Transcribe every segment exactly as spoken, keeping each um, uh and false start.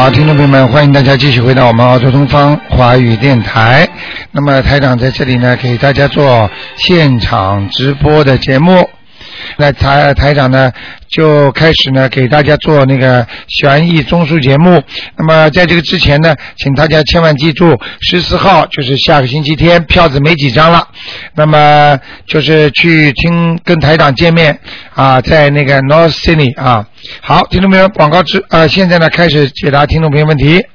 好，听众朋友们，欢迎大家继续回到我们澳洲东方华语电台。那么台长在这里呢，给大家做现场直播的节目。那台台长呢就开始呢给大家做那个悬疑综述节目。那么在这个之前呢，请大家千万记住，十四号就是下个星期天，票子没几张了。那么就是去听跟台长见面啊，在那个 North Sydney 啊。好，听众朋友，广告之呃，现在呢开始解答听众朋友问题。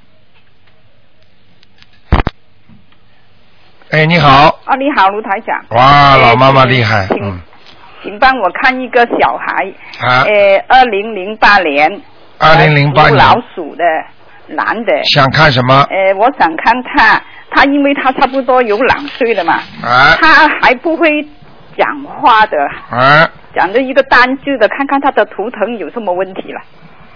哎，你好。 哦，你好，卢台长。 哇，老妈妈厉害。嗯。 请帮我看一个小孩， 啊， 呃，二零零八年， 二零零八年， 老鼠的男的。 想看什么？ 呃，我想看他，他因为他差不多有两岁了嘛， 啊， 他还不会讲话的， 啊， 讲的一个单字的，看看他的图腾有什么问题了。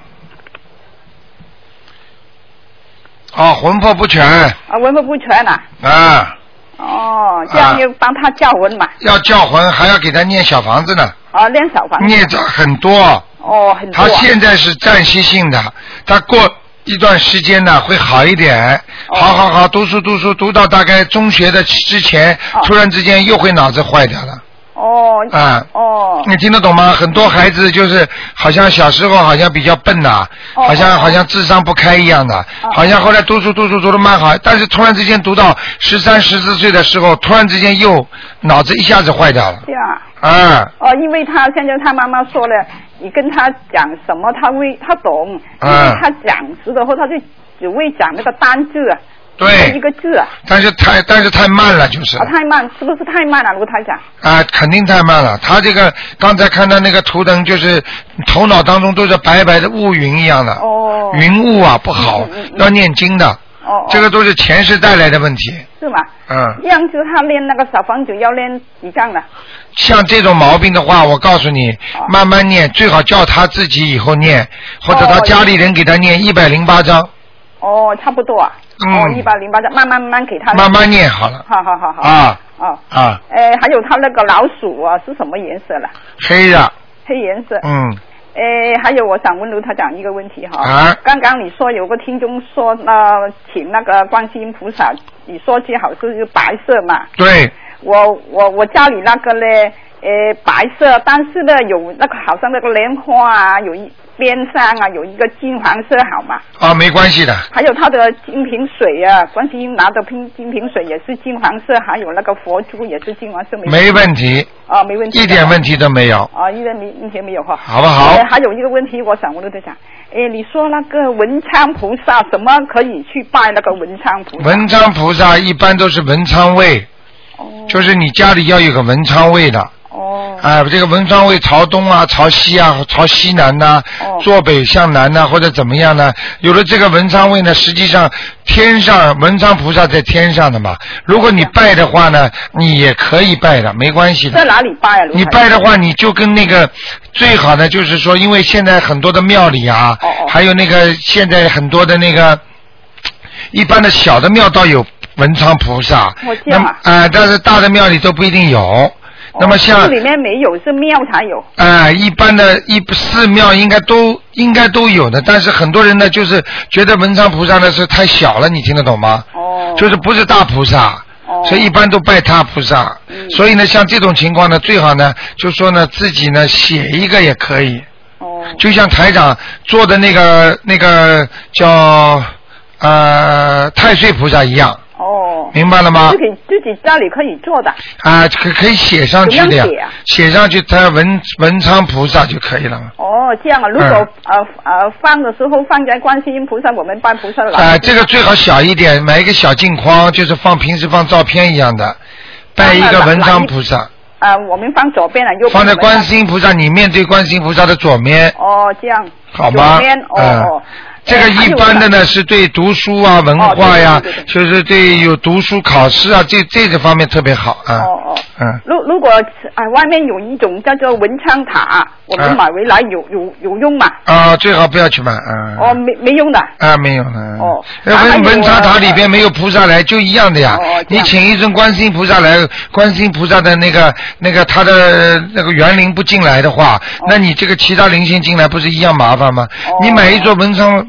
哦，魂魄不全。啊， 魂魄不全啊。 啊。 哦，这样就帮他叫魂嘛、啊？ 要叫魂，还要给他念小房子呢。 哦，念小房子。 念着很多。 哦，很多。 他现在是暂时性的，他过一段时间呢会好一点。哦、好好好，读书读书，读到大概中学的之前，哦、突然之间又会脑子坏掉了。 哦。 啊。 哦。 你听得懂吗？很多孩子就是好像小时候好像比较笨呐、啊哦，好像、哦、好像智商不开一样的，哦、好像后来读书读书读得蛮好，但是突然之间读到十三十四岁的时候，突然之间又脑子一下子坏掉了。 这样。 啊。 哦，因为他现在他妈妈说了，你跟他讲什么他会他懂，因为他讲时的话他就只会讲那个单字。 对， 一个字啊， 但是太但是太慢了，就是。 啊，太慢，是不是太慢了，卢台长？ 啊，肯定太慢了。他这个刚才看到那个图腾，就是头脑当中都是白白的乌云一样的。哦。云雾啊，不好，嗯嗯嗯、要念经的。哦。这个都是前世带来的问题。 是吗？ 嗯。 这样子他练那个小房子要练几张呢？ 像这种毛病的话，我告诉你，哦、慢慢念，最好叫他自己以后念，或者他家里人给他念一百零八章。 哦，差不多啊。 嗯， 哦，一百零八张，慢慢慢慢给他。 慢慢念好了。 好好好好。 啊。 哦。 啊。 呃，还有他那个老鼠啊，是什么颜色了？ 黑的。 黑颜色。 嗯。 呃，还有我想问卢台长一个问题哈。 啊。 刚刚你说有个听众说呃，请那个观世音菩萨，你说最好是白色嘛？ 对。 我我我家里那个呢，呃，白色，但是呢有那个好像那个莲花啊，有一。边上啊有一个金黄色好吗？ 啊，没关系的。 还有它的金瓶水啊，观世音拿的瓶金瓶水也是金黄色，还有那个佛珠也是金黄色。 没问题。 啊，没问题。 一点问题都没有。 啊，一点问题没有哈。 好不好？ 呃、还有一个问题，我想问卢台长，哎，你说那个文昌菩萨什么可以去拜那个文昌菩萨？ 文昌菩萨一般都是文昌位。哦。就是你家里要有个文昌位的。 哦， 哎，这个文昌位朝东啊，朝西啊，朝西南呐、啊，哦、坐北向南呐、啊，或者怎么样呢？有了这个文昌位呢，实际上天上文昌菩萨在天上的嘛。如果你拜的话呢，你也可以拜的，没关系的。 在哪里拜啊？ 你拜的话，你就跟那个最好的就是说，因为现在很多的庙里啊， 哦哦、 还有那个现在很多的那个一般的小的庙倒有文昌菩萨， 那么啊、 呃，但是大的庙里都不一定有。那么像、 哦、里面没有，是庙才有。 哎、呃，一般的一寺庙应该都应该都有的，但是很多人呢，就是觉得文昌菩萨呢是太小了，你听得懂吗？哦。就是不是大菩萨，哦、所以一般都拜大菩萨。嗯。所以呢，像这种情况呢，最好呢，就说呢自己呢写一个也可以。哦。就像台长做的那个那个叫呃太岁菩萨一样。哦，明白了吗？ 自己自己家里可以做的啊，可可以写上去的呀， 写, 啊、 写上去，它文文昌菩萨就可以了嘛。 哦，这样啊，如果、嗯、呃呃放的时候放在观世音菩萨，我们拜菩萨了。 啊，这个最好小一点，买一个小镜框，就是放平时放照片一样的，拜一个文昌菩萨。 啊，我们放左边了，右边。 放在观世音菩萨，你面对观世音菩萨的左面。 哦，这样。 好吗？ 左边哦。 嗯这个一般的呢是对读书啊、文化呀、 哦，对对对对就是对有读书考试啊，这这个方面特别好啊。 哦哦。 嗯。 如如果啊外面有一种叫做文昌塔，我们买回来有、啊、有有用吗？ 啊，最好不要去买啊。 哦，没没用的。 啊，没有的。 哦。 文文昌塔里边没有菩萨来，就一样的呀。 哦。 你请一尊观世音菩萨来，观世音菩萨的那个那个他的那个园灵不进来的话，哦、那你这个其他灵性进来不是一样麻烦吗？哦。你买一座文昌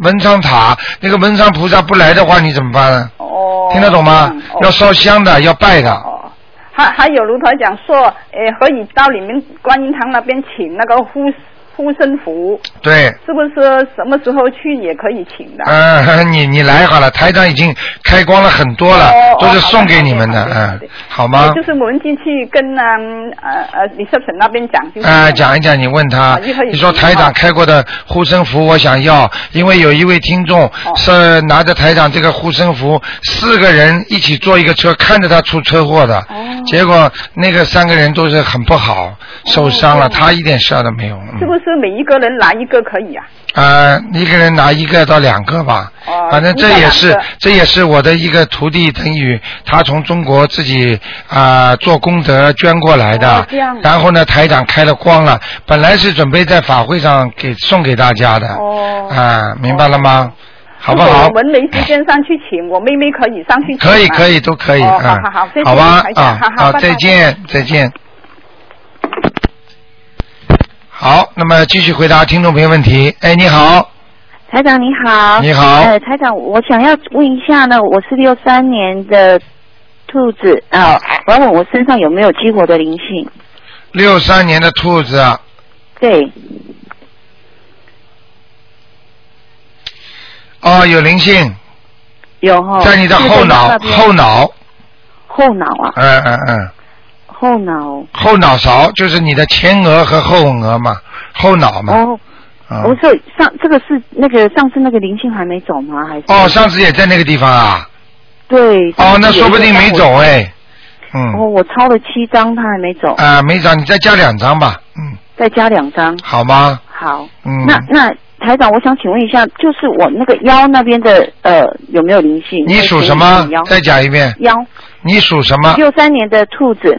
文昌塔，那个文昌菩萨不来的话，你怎么办呢？ 哦， 听得懂吗？ 哦、 要烧香的，要拜的。 哦，还还有卢台长说，呃，可以到你们观音堂那边请那个护护身符。 对。 是不是什么时候去也可以请的？ 嗯，你你来好了，台长已经开光了很多了， 哦、 都是送给你们的，嗯，好吗？ 就是我们进去跟嗯呃呃李社长那边讲，就是。 啊、呃，讲一讲，你问他，啊、你说台长开过的护身符我想要，因为有一位听众是拿着台长这个护身符，四个人一起坐一个车，看着他出车祸的，哦、结果那个三个人都是很不好，受伤了，哦、他一点事都没有。嗯、 是不是每一个人拿一个可以啊？ 呃，一个人拿一个到两个吧，哦、反正这也是这也是我的一个徒弟，等于他从中国自己啊、呃、做功德捐过来的， 哦、这样然后呢台长开了光了，本来是准备在法会上给送给大家的，哦，啊，明白了吗？哦、好不好？ 我们没时间上去请，我妹妹可以上去请。 可以可以都可以， 哦、好好好， 嗯、好吧啊， 好， 再见再见。好，那么继续回答听众朋友问题。哎，你好， 台长你好。 你好。 呃，台长，我想要问一下呢，我是六三年的兔子啊，我要问我身上有没有激活的灵性。 六三年的兔子。 对。 哦，有灵性。 有哈、哦。 在你的后脑，后脑。 后脑啊。 嗯嗯嗯。 后脑， 后脑勺就是你的前额和后额嘛，后脑嘛。 哦，不、嗯、是上这个是那个上次那个灵性还没走吗？还是？ 哦，上次也在那个地方啊。 对。 哦，那说不定没走哎。嗯。 哦，我抄了七张，他还没走。 啊、呃，没走，你再加两张吧。嗯。 再加两张。 好吗？ 好。 嗯。 那那台长，我想请问一下，就是我那个腰那边的呃有没有灵性？ 你属什么？再讲一遍。 腰。 你属什么？ 六三年的兔子。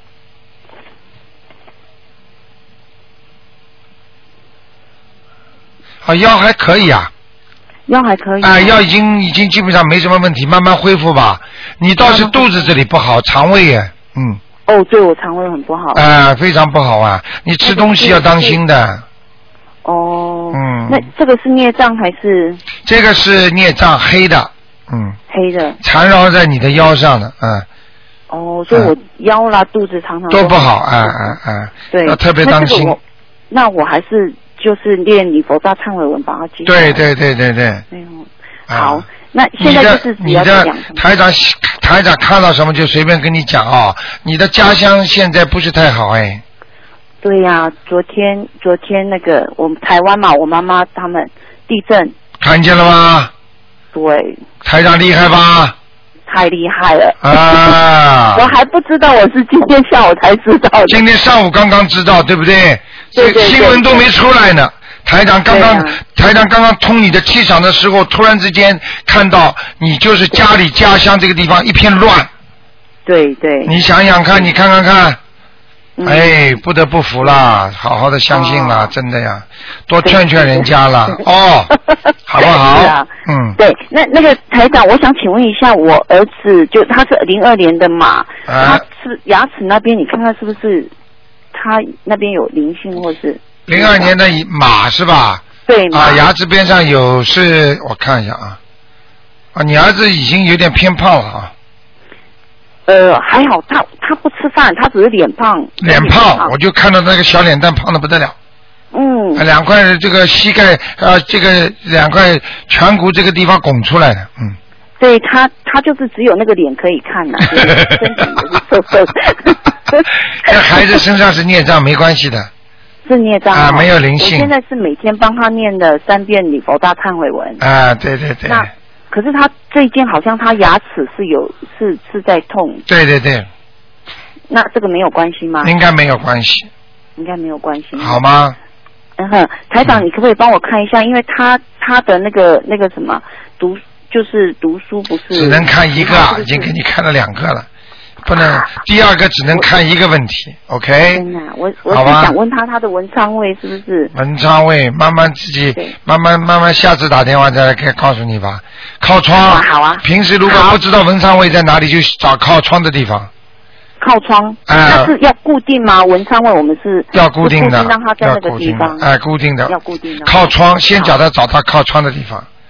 啊，腰还可以啊， 腰还可以啊，腰已经已经基本上没什么问题，慢慢恢复吧。你倒是肚子这里不好，肠胃耶，嗯。 哦，对，我肠胃很不好。 啊，非常不好啊！你吃东西要当心的。 哦。 嗯。 那这个是孽障还是？ 这个是孽障，黑的，嗯。 黑的。 缠绕在你的腰上的，嗯。 哦，所以我腰啦、肚子常常都不好，啊啊啊！ 对， 要特别当心。 那, 我那我还是。就是练礼佛大忏悔文，把它记下来。 对对对对对。 哎呦，好，啊、那现在就是只要讲什么？ 台长台长看到什么就随便跟你讲啊、哦。你的家乡现在不是太好哎。 对呀、啊，昨天昨天那个我们台湾嘛，我妈妈他们地震。 看见了吗？ 对。 台长厉害吧？ 太厉害了啊！ 我还不知道，我是今天下午才知道的。 今天上午刚刚知道，对不对？ 对对对， 新闻都没出来呢。台长刚刚、 啊、 台长刚刚通你的气场的时候，突然之间看到你就是家里家乡这个地方一片乱。 对对。 你想想看，你看看看。 嗯、 哎，不得不服啦，好好的相信啦、哦，真的呀，多劝劝人家啦，哦，好不好？ 啊、 嗯， 对，那那个台长，我想请问一下，我儿子就他是零二年的马，啊、他是牙齿那边，你看看是不是他那边有灵性，或是零二年的马是吧？ 对， 啊，牙齿边上有是，我看一下啊，啊，你儿子已经有点偏胖了啊。 呃，还好，他他不吃饭，他只是脸胖。 脸胖，我就看到那个小脸蛋胖的不得了。 嗯。 啊、两块这个膝盖呃，这个两块颧骨这个地方拱出来的，嗯。 对他，他就是只有那个脸可以看呐、啊，身体也是瘦瘦的。 这孩子身上是孽障，没关系的。 是孽障啊，没有灵性。 我现在是每天帮他念的三遍礼佛大忏悔文。 啊，对对对。 那可是他最近好像他牙齿是有是是在痛。 对对对。 那这个没有关系吗？ 应该没有关系。 应该没有关系。 好吗？ 嗯哼，台长，你可不可以帮我看一下？因为他他的那个那个什么读就是读书不是只能看一个，已经给你看了两个了，不能、啊、第二个只能看一个问题。OK。 真的，我我是想问他他的文昌位是不是？ 文昌位，慢慢自己慢慢慢慢，下次打电话再来可以告诉你吧。靠窗。 好啊。好啊。 平时如果不知道文昌位在哪里，就找靠窗的地方。 靠窗，呃、那是要固定吗？文昌位我们是要固定的， 让他在那个地方， 哎，固定的， 要固定的。 靠窗，先找他找他靠窗的地方。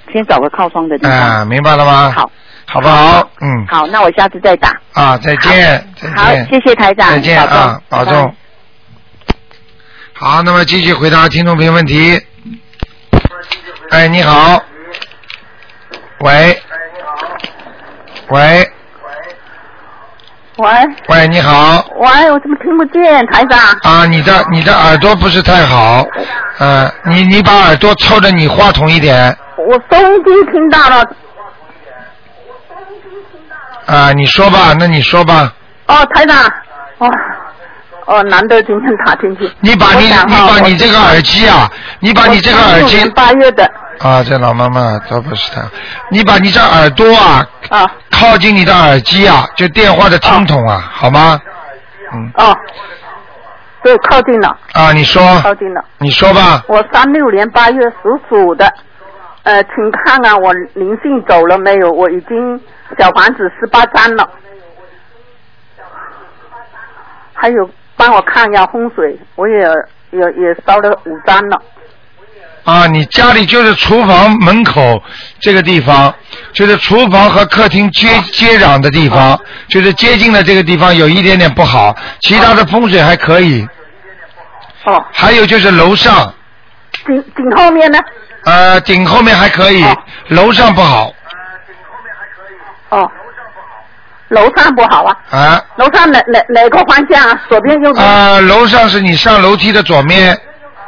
先找个靠窗的地方。 啊，明白了吗？ 好， 好不好？嗯。 好，那我下次再打。 啊，再见，再见。 好，谢谢台长。 再见啊，保重。 拜拜。 好，那么继续回答听众朋友问题。哎，你好。喂。喂。 喂。 喂，你好。 喂，我怎么听不见台长？ 啊，你的你的耳朵不是太好，呃，你你把耳朵凑着你话筒一点。 我收音机听到了。 啊，你说吧，那你说吧。 哦，台长，哦，哦，难得今天打进去。 你把你你把你这个耳机啊，你把你这个耳机。 八月的。 啊，这老妈妈都不是她。你把你这耳朵啊， 啊， 靠近你的耳机啊，就电话的听筒啊，啊好吗？嗯。 哦。对，靠近了。 啊，你说。 靠近了。 你说吧。 我三六年八月属鼠的，呃，请看看我灵性走了没有？我已经小房子十八张了。还有帮我看一下风水，我也也也烧了五张了。 啊，你家里就是厨房门口这个地方，就是厨房和客厅接接壤的地方，就是接近的这个地方有一点点不好，其他的风水还可以。 哦。 还有就是楼上。 顶顶后面呢？ 呃，顶后面还可以，哦、楼上不好。 哦。楼上不好啊。 啊。 楼上哪哪哪个方向啊？左边右边？ 啊，楼上是你上楼梯的左面。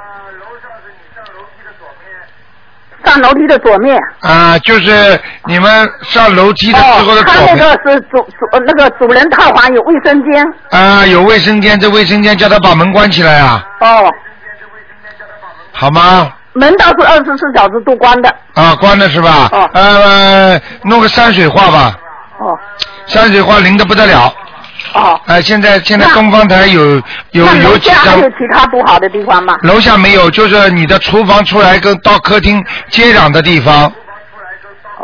上楼梯的左面啊，就是你们上楼梯的时候的左面。 哦，他那个是主主那个主人套房有卫生间。 啊，有卫生间，这卫生间叫他把门关起来啊。 哦。 好吗？ 门倒是二十四小时都关的。啊， 关的是吧？ 哦。 呃，弄个山水画吧。 哦。 山水画灵得不得了。 哦。 哎、呃，现在现在东方台有有有几张。 还有其他不好的地方吗？ 楼下没有，就是你的厨房出来跟到客厅接壤的地方。 哦。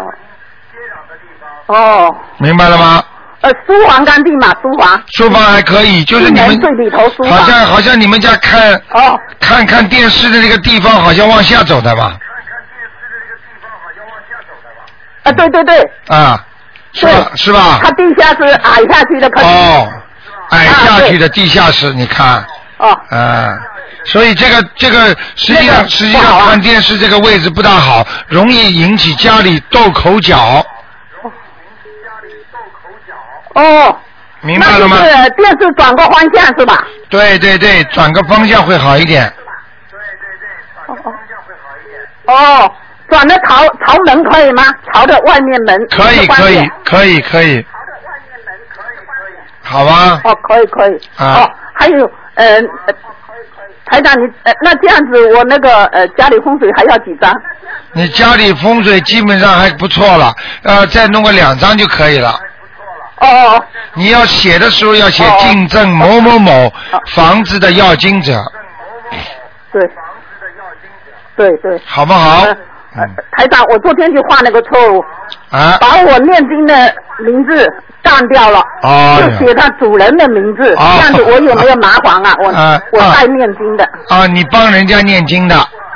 哦。 明白了吗？ 呃，书房干净嘛，书房。 书房还可以，就是你们最里头书房。 好像好像你们家看哦看看电视的那个地方，好像往下走的吧？ 啊，对对对。 啊。是吧？是吧？ 它地下室矮下去的客厅。 哦，矮下去的地下室，你看。 哦。 啊，所以这个这个实际上实际上看电视这个位置不大好，容易引起家里斗口角。 哦。 明白了吗？ 那就是电视转个方向是吧？ 对对对，转个方向会好一点。 对对对，转个方向会好一点。哦。转的朝朝门可以吗？朝着外面门。 可以可以可以可以。 朝着外面门可以可以。 好吧。 哦，可以可以。 啊。 哦，还有呃，台长你呃，那这样子我那个呃家里风水还要几张？ 你家里风水基本上还不错了，呃，再弄个两张就可以了。 哦哦。 你要写的时候要写敬赠某某某房子的要经者。 对。对对。 好不好？ 呃、台长，我昨天就犯了个错误， 啊， 把我念经的名字干掉了， 哦、 就写他主人的名字， 哦、 这样子我有没有麻烦啊？我、 啊、 我爱念经的。 啊，你帮人家念经的。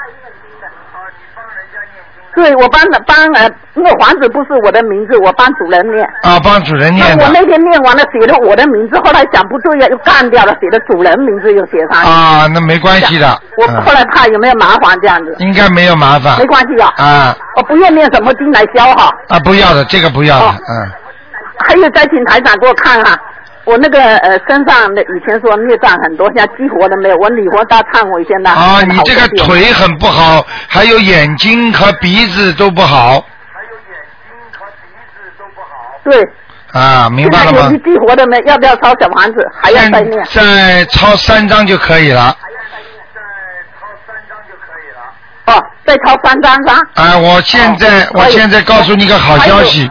对，我帮帮呃，那个房子不是我的名字，我帮主人念。 啊，帮主人念的。 我那天念完了，写了我的名字，后来想不对呀，又干掉了，写的主人名字又写上去。 啊，那没关系的。 我后来怕有没有麻烦这样子。 应该没有麻烦。 没关系啊。 啊。 我不愿念什么经来消哈。 啊，不要的，这个不要的， 哦、 嗯。 还有再请台长给我看哈。我那个呃身上的以前说孽障很多，现在激活了没有？我礼佛大忏悔现在。 啊，你这个腿很不好，还有眼睛和鼻子都不好。还有眼睛和鼻子都不好。对。啊，明白了吗？ 现在激活的没？要不要抄小房子？还要再念？ 再抄三张就可以了。 还要再念？再抄三张就可以了。哦，再抄三张是吧？ 啊，我现在、哦、我现在告诉你个好消息。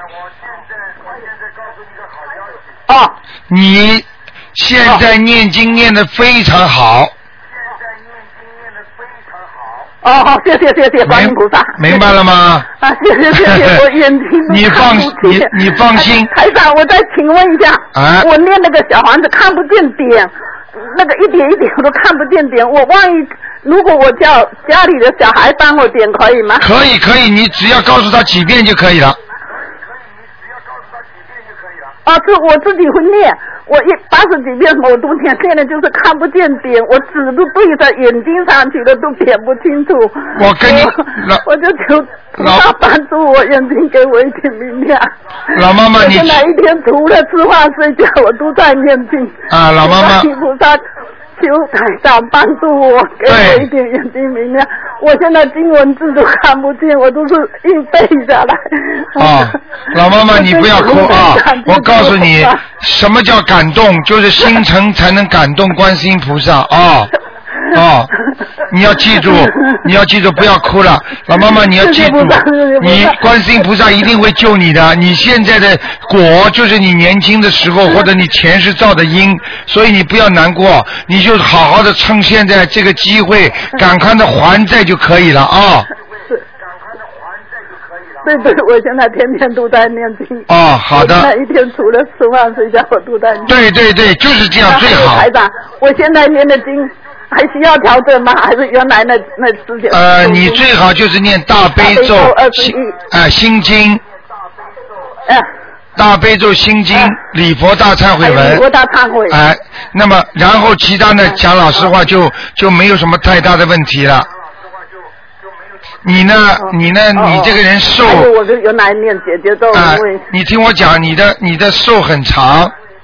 哦， 你现在念经念得非常好。 现在念经念得非常好。哦，好，谢谢谢谢观音菩萨。 明白了吗？ 啊，谢谢谢谢，我眼睛你放你你放心。 台长，我再请问一下， 啊， 我念那个小房子看不见点，那个一点一点我都看不见点，我万一如果我叫家里的小孩帮我点可以吗？ 可以可以，你只要告诉他几遍就可以了。 啊，这我自己会念，我一八十几遍我都念，现在就是看不见点，我纸都对着眼睛上去了，都点不清楚。 我跟你， 我, 我就求菩萨帮助我，眼睛给我一点明亮。 老妈妈，你现在一天除了吃饭睡觉，我都在念经。 啊，老妈妈。 菩萨求台长帮助我，给我一点眼睛明亮。我现在经文字都看不见，我都是硬背下来。 啊，老妈妈，你不要哭啊！我告诉你，什么叫感动？就是心诚才能感动观世音菩萨啊！哦，你要记住，你要记住，不要哭了，老妈妈，你要记住，你观世音菩萨一定会救你的。你现在的果就是你年轻的时候或者你前世造的因，所以你不要难过，你就好好的趁现在这个机会，赶快的还债就可以了啊。 对对，我现在天天都在念经。 哦，好的。 我现在一天除了吃饭睡觉，我都在念。 对对对，就是这样最好。 台长，我现在念的经还需要调整吗？还是原来那那之前？ 呃，你最好就是念大悲咒、心啊、呃、心经。 嗯。 大悲咒、心经、礼佛大忏悔文。 礼佛大忏悔。 哎，那么然后其他呢？讲老实话就就没有什么太大的问题了。你呢？你呢？ 哦、 你这个人寿， 我就原来念姐姐咒， 啊、 因为你听我讲，你的你的寿很长。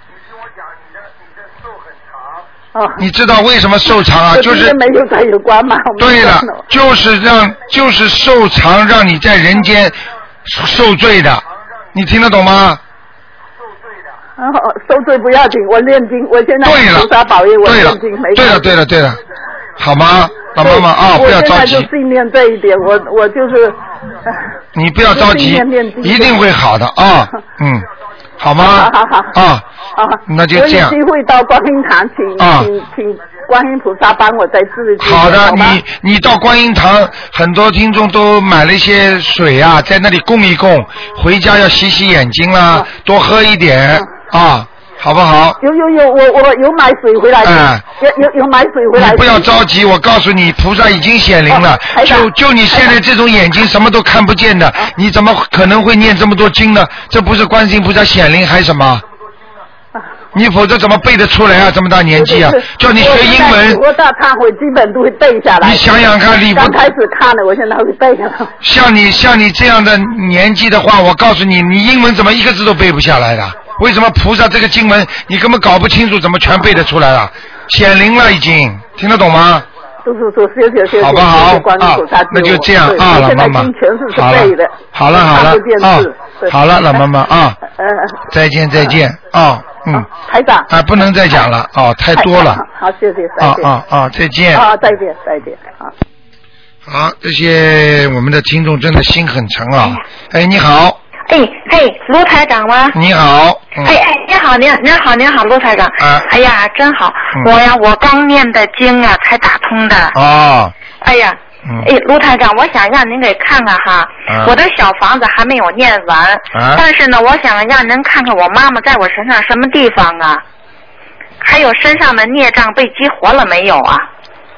哦、 你知道为什么寿长啊？就是没有在有关嘛。 对了，就是让就是寿长，让你在人间受罪的，你听得懂吗？ 哦，受罪不要紧，我念经，我现在菩萨保佑我念经，没对了对了对了，好吗？老妈妈啊，不要着急。 我现在就信念这一点，我我就是。 你不要着急，一定会好的啊，嗯，好吗？ 好好好。 啊， 好， 那就这样。 有机会到观音堂，请啊， 请请观音菩萨帮我再治。 好的，你你到观音堂，很多听众都买了一些水啊，在那里供一供，回家要洗洗眼睛啦，多喝一点啊。好不好？ 有有有，我我有买水回来的， 哎、 有有有买水回来的。 你不要着急，我告诉你，菩萨已经显灵了。 哦、 就就你现在这种眼睛什么都看不见的，你怎么可能会念这么多经呢？这不是观世音菩萨显灵还是什么？你否则怎么背得出来啊？这么大年纪啊！ 对对对， 叫你学英文。 我大忏悔基本都会背下来。 你想想看，你刚开始看了，我现在会背了。 像你像你这样的年纪的话，我告诉你，你英文怎么一个字都背不下来的？为什么菩萨这个经文你根本搞不清楚，怎么全背得出来了？显灵了已经，听得懂吗？ 是是是，谢谢谢谢。 好不好？ 啊， 那就这样啊，老妈妈。好了，好了好了啊，好了，老妈妈啊。 嗯。 再见再见啊，嗯。 台长。 啊，不能再讲了哦，太多了。 好，谢谢再见。 啊啊啊，再见。 啊，再见再见啊。 好，这些我们的听众真的心很诚啊。哎，你好。 哎嘿，卢台长吗？ 你好。 嗯、哎哎，你好，您您好您好，卢台长。 啊。 哎呀，真好，嗯、我呀，我刚念的经啊，才打通的。 哦。 哎呀。嗯、哎，卢台长，我想让您给看看哈，啊、我的小房子还没有念完，啊、但是呢，我想让您看看我妈妈在我身上什么地方啊，还有身上的孽障被激活了没有啊？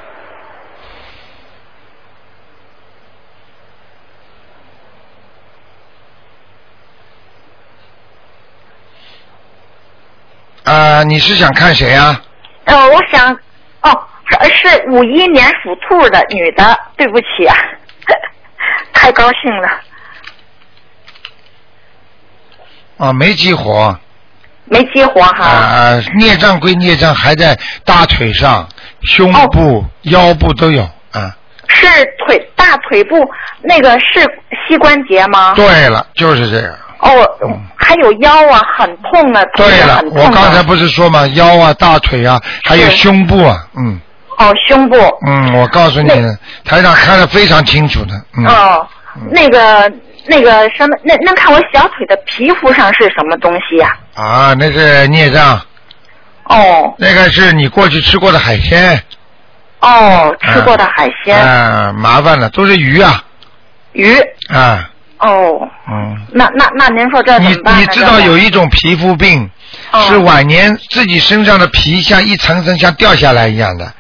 啊，你是想看谁啊？ 呃，我想，哦，是五一年属兔的女的，对不起啊，太高兴了。 啊，没激活。 没激活哈。 啊，孽障归孽障，还在大腿上、胸部、哦、腰部都有啊。 是腿大腿部那个是膝关节吗？ 对了，就是这个。 哦，嗯、还有腰啊，很痛啊。 对了， 很痛我刚才不是说嘛，腰啊、大腿啊，还有胸部啊，嗯。 哦，胸部。 嗯，我告诉你，台长看得非常清楚的。嗯、 哦，嗯、那个那个什么，那那看我小腿的皮肤上是什么东西呀、 啊？啊，那是孽障。 哦。 那个是你过去吃过的海鲜。 哦，吃过的海鲜。 啊，麻烦了，都是鱼啊。 鱼。 啊。 哦。嗯。那那那您说这怎么办呢？ 你你知道有一种皮肤病， 哦、 是晚年自己身上的皮像一层层像掉下来一样的，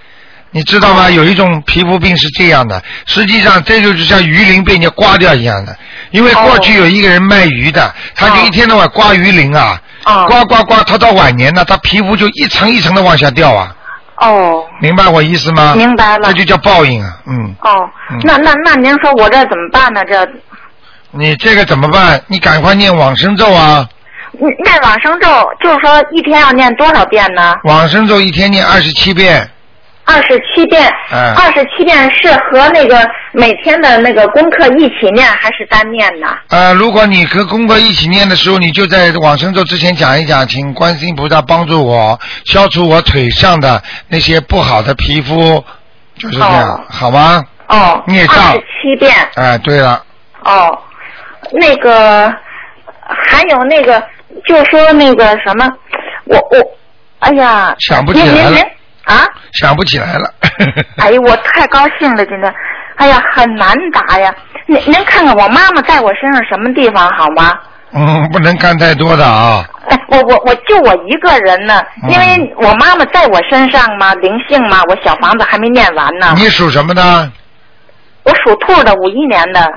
你知道吗？有一种皮肤病是这样的，实际上这就是像鱼鳞被人家刮掉一样的。因为过去有一个人卖鱼的，他就一天到晚刮鱼鳞啊，刮刮刮，他到晚年呢，他皮肤就一层一层的往下掉啊。 哦。 明白我意思吗？ 明白了。 这就叫报应啊，嗯。 哦，嗯、那那那您说我这怎么办呢？这。 你这个怎么办？你赶快念往生咒啊。 念往生咒，就是说一天要念多少遍呢？ 往生咒一天念二十七遍。 二十七遍，二十七遍是和那个每天的那个功课一起念，还是单念呢？ 呃，如果你和功课一起念的时候，你就在往生咒之前讲一讲，请观世音菩萨帮助我消除我腿上的那些不好的皮肤，就是这样，哦、好吗？ 哦， 孽障。 二十七遍。 哎、呃，对了。 哦，那个还有那个，就说那个什么，我我，哎呀， 想不起来了。 啊， 想不起来了。 哎呦，我太高兴了，今天，哎呀，很难答呀。您您看看我妈妈在我身上什么地方好吗？ 嗯，不能看太多的啊。 哎，我我我就我一个人呢， 嗯、 因为我妈妈在我身上嘛，灵性嘛，我小房子还没念完呢。 你属什么的？ 我属兔的，五一年的。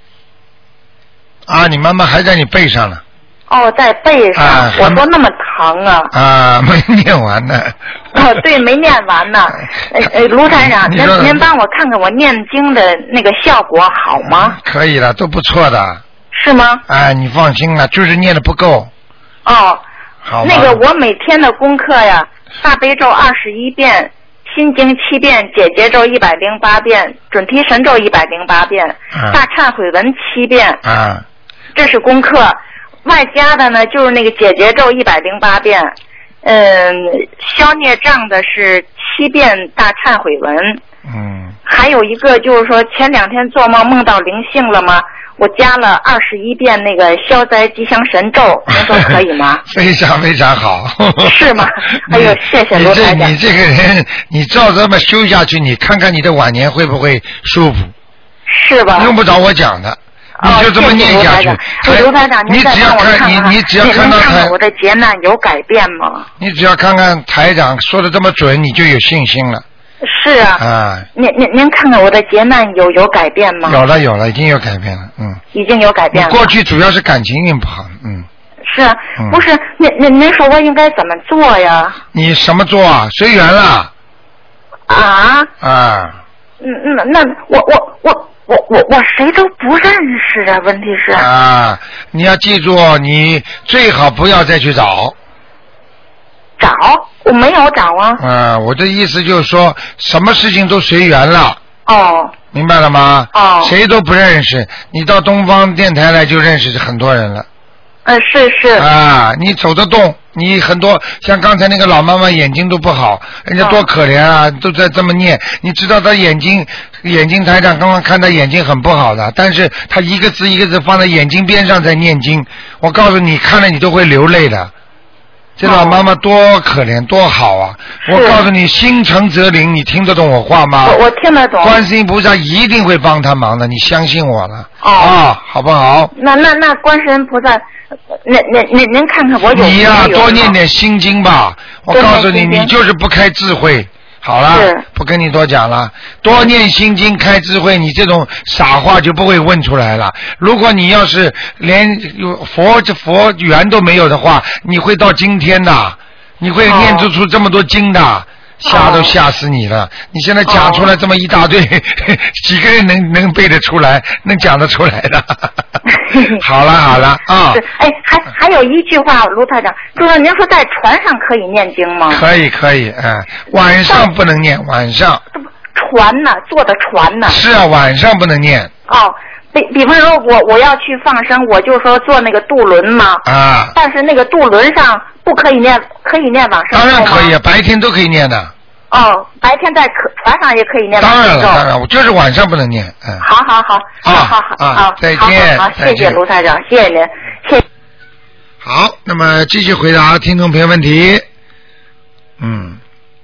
啊，你妈妈还在你背上呢。 哦，在背上，啊、我说那么疼啊！ 啊，没念完呢。 哦，对，没念完呢。呃呃，卢台长，您您帮我看看我念经的那个效果好吗？ 可以了，都不错的。 是吗？ 哎，你放心了，就是念的不够。 哦。 好。 那个我每天的功课呀，大悲咒二十一遍，心经七遍，解结咒一百零八遍，准提神咒一百零八遍， 啊、 大忏悔文七遍。 啊。 这是功课。外加的呢，就是那个解结咒一百零八遍，嗯，消孽障的是七遍大忏悔文。 嗯。 还有一个就是说，前两天做梦梦到灵性了吗？我加了二十一遍那个消灾吉祥神咒，您说可以吗？ 非常非常好。 是吗？哎呦，谢谢罗台长。 你这你这个人，你照这么修下去，你看看你的晚年会不会舒服？ 是吧？ 用不着我讲的。你就这么念下去。 卢台长， 你只要看你你只要看到台， 我的劫难有改变吗？ 你只要看看台长说的这么准，你就有信心了。 是啊。 啊。 您您您看看我的劫难有有改变吗？ 有了有了，已经有改变了，嗯。 已经有改变了。 过去主要是感情运不好，嗯。 是啊，嗯、不是您您您说我应该怎么做呀？ 你什么做啊？随缘了。 啊。 啊。 嗯嗯，那我我我。我我我谁都不认识啊！问题是啊，你要记住，你最好不要再去找。 找？我没有找啊。 啊，我的意思就是说，什么事情都随缘了。 哦。 明白了吗？ 哦。 谁都不认识，你到东方电台来就认识很多人了。 嗯、呃，是是。 啊，你走得动，你很多像刚才那个老妈妈眼睛都不好，人家多可怜啊，哦、都在这么念。你知道她眼睛眼睛台长刚刚看她眼睛很不好的，但是她一个字一个字放在眼睛边上在念经，我告诉你，看了你都会流泪的。这老妈妈多可怜，多好啊！我告诉你，心诚则灵，你听得懂我话吗？ 我我听得懂。 观世音菩萨一定会帮他忙的，你相信我了。 哦。 啊，好不好？ 那那那观世音菩萨，您您您您看看我有。 你呀、啊，多念点心经吧。我告诉你，你就是不开智慧。好了，不跟你多讲了，多念心经开智慧，你这种傻话就不会问出来了。如果你要是连佛佛缘都没有的话，你会到今天的，你会念出出这么多经的，哦、吓都吓死你了。你现在讲出来这么一大堆，哦、几个人能能背得出来，能讲得出来的？好了好了啊！ 哎，还还有一句话，卢台长，就是您说在船上可以念经吗？ 可以可以，嗯，晚上不能念，晚上。 船呢？坐的船呢？ 是啊，晚上不能念。 哦，比比方说我我要去放生，我就说坐那个渡轮嘛。 啊。 但是那个渡轮上不可以念，可以念往生咒吗？ 当然可以，白天都可以念的。 哦，白天在可船上也可以念。 当然了，当然，我就是晚上不能念。嗯。 好好好，好好好， 啊，再见， 好，谢谢卢台长，谢谢您，谢。 好，那么继续回答听众朋友问题。嗯。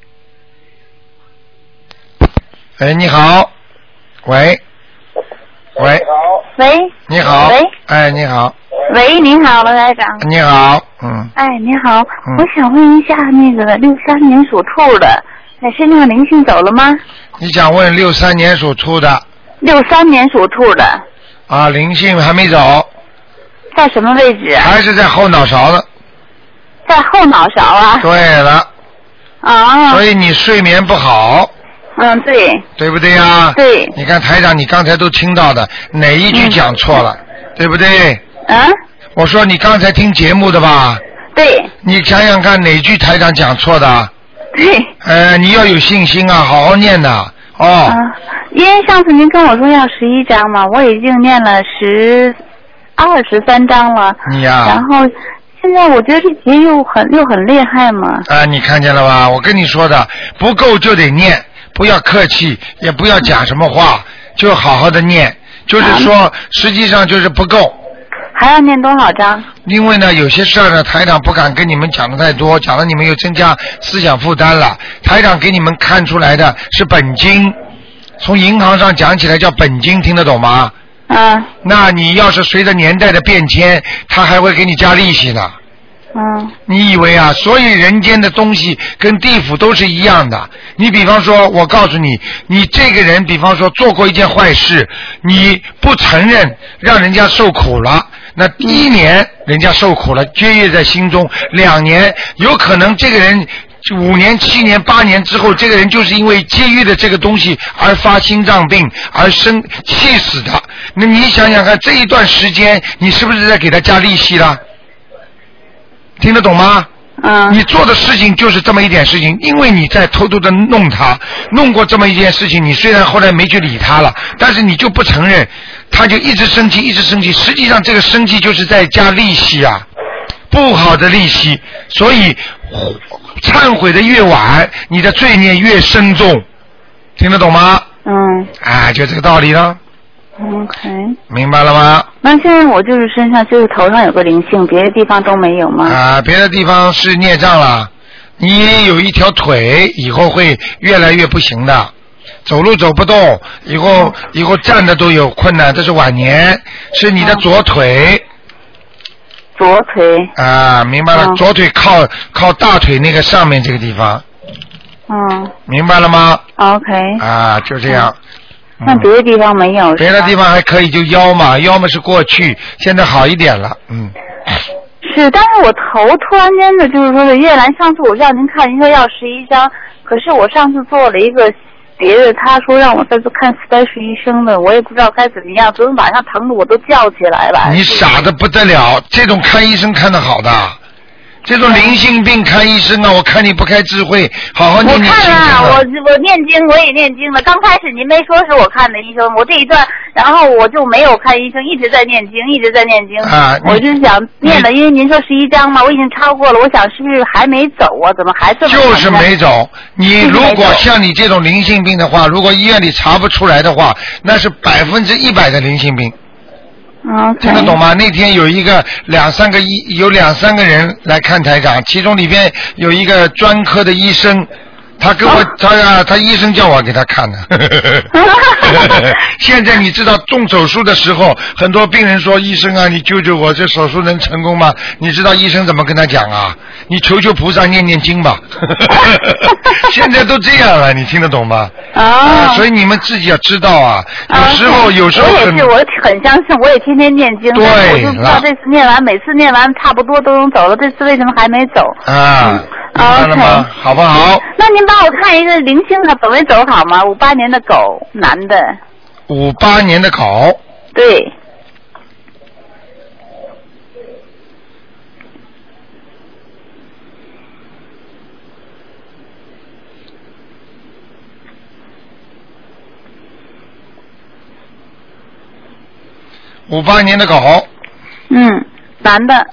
哎，你好，喂，喂， 喂， 你好， 喂， 哎，你好， 喂，您好，罗台长。 你好，嗯。 哎，你好，嗯、我想问一下，那个六三年属兔的， 哎，身上灵性走了吗？ 你想问六三年属兔的？ 六三年属兔的。 啊，灵性还没走。 在什么位置？ 还是在后脑勺的。 在后脑勺啊。 对了。 啊。 所以你睡眠不好。 嗯，对。 对不对呀、啊？ 对。 你看台长，你刚才都听到的，哪一句讲错了，嗯、对不对？ 嗯。 我说你刚才听节目的吧？ 对。 你想想看，哪句台长讲错的？ 对。 呃，你要有信心啊，好好念的哦。 嗯，因为上次您跟我说要十一章嘛，我已经念了十二十三章了。 你呀、啊。 然后现在我觉得这节又很又很厉害嘛。 啊，你看见了吧？我跟你说的，不够就得念，不要客气，也不要讲什么话，就好好的念。就是说，啊、实际上就是不够。 还要念多少章？ 因为呢，有些事儿呢，台长不敢跟你们讲的太多，讲了你们又增加思想负担了。台长给你们看出来的是本金，从银行上讲起来叫本金，听得懂吗？ 嗯。 那你要是随着年代的变迁，他还会给你加利息呢。 嗯。 你以为啊，所以人间的东西跟地府都是一样的。你比方说，我告诉你，你这个人，比方说做过一件坏事，你不承认，让人家受苦了。那第一年人家受苦了，撅越在心中，两年有可能这个人五年、七年、八年之后，这个人就是因为节约的这个东西而发心脏病而生气死的。那你想想看，这一段时间你是不是在给他加利息了？听得懂吗？ 嗯。 你做的事情就是这么一点事情，因为你在偷偷的弄他，弄过这么一件事情，你虽然后来没去理他了，但是你就不承认，他就一直生气，一直生气。实际上这个生气就是在加利息啊，不好的利息。所以忏悔的越晚，你的罪孽越深重，听得懂吗？ 嗯。 啊，就这个道理了。 OK。 明白了吗？ 那现在我就是身上就是头上有个灵性，别的地方都没有吗？ 啊，别的地方是孽障了。你有一条腿，以后会越来越不行的，走路走不动，以后以后站的都有困难，这是晚年，是你的左腿。 左腿。 啊，明白了， 嗯、 左腿靠靠大腿那个上面这个地方。 嗯。 明白了吗 ？OK。 啊，就这样。 那别的地方没有、嗯？ 别的地方还可以，就腰嘛，腰嘛是过去，现在好一点了，嗯。 是，但是我头突然间的，就是说的越来，上次我让您看，您说要十一张，可是我上次做了一个别的，他说让我再去看 special 医生的，我也不知道该怎么样，昨天晚上疼的我都叫起来了。 你傻的不得了，这种看医生看得好的。这种灵性病看医生啊，我看你不开智慧，好好念念经。 我看了，我我念经，我也念经了。刚开始您没说是我看的医生，我这一段，然后我就没有看医生，一直在念经，一直在念经。 啊， 我就想念了，因为您说十一章嘛，我已经超过了，我想是不是还没走啊？怎么还这么？ 就是没走。你如果像你这种灵性病的话，如果医院里查不出来的话，那是百分之一百的灵性病。 Okay. 听得懂吗？那天有一个两三个医，有两三个人来看台长，其中里边有一个专科的医生，他跟我、哦、他呀，他医生叫我给他看的。现在你知道动手术的时候，很多病人说医生啊，你救救我，这手术能成功吗？你知道医生怎么跟他讲啊？你求求菩萨念念经吧。现在都这样了，你听得懂吗？ 啊、 啊，所以你们自己要知道啊，有时候、啊、有时候我也是，我很相信，我也天天念经， 对， 我就不知道这次念完，每次念完差不多都能走了，这次为什么还没走？ 啊，嗯、明白了吗？ okay. 好不好？ 那您帮我看一个灵性的走没走好吗？五八年的狗，男的。 五八年的狗。 对。 五八年的狗。 嗯，男的。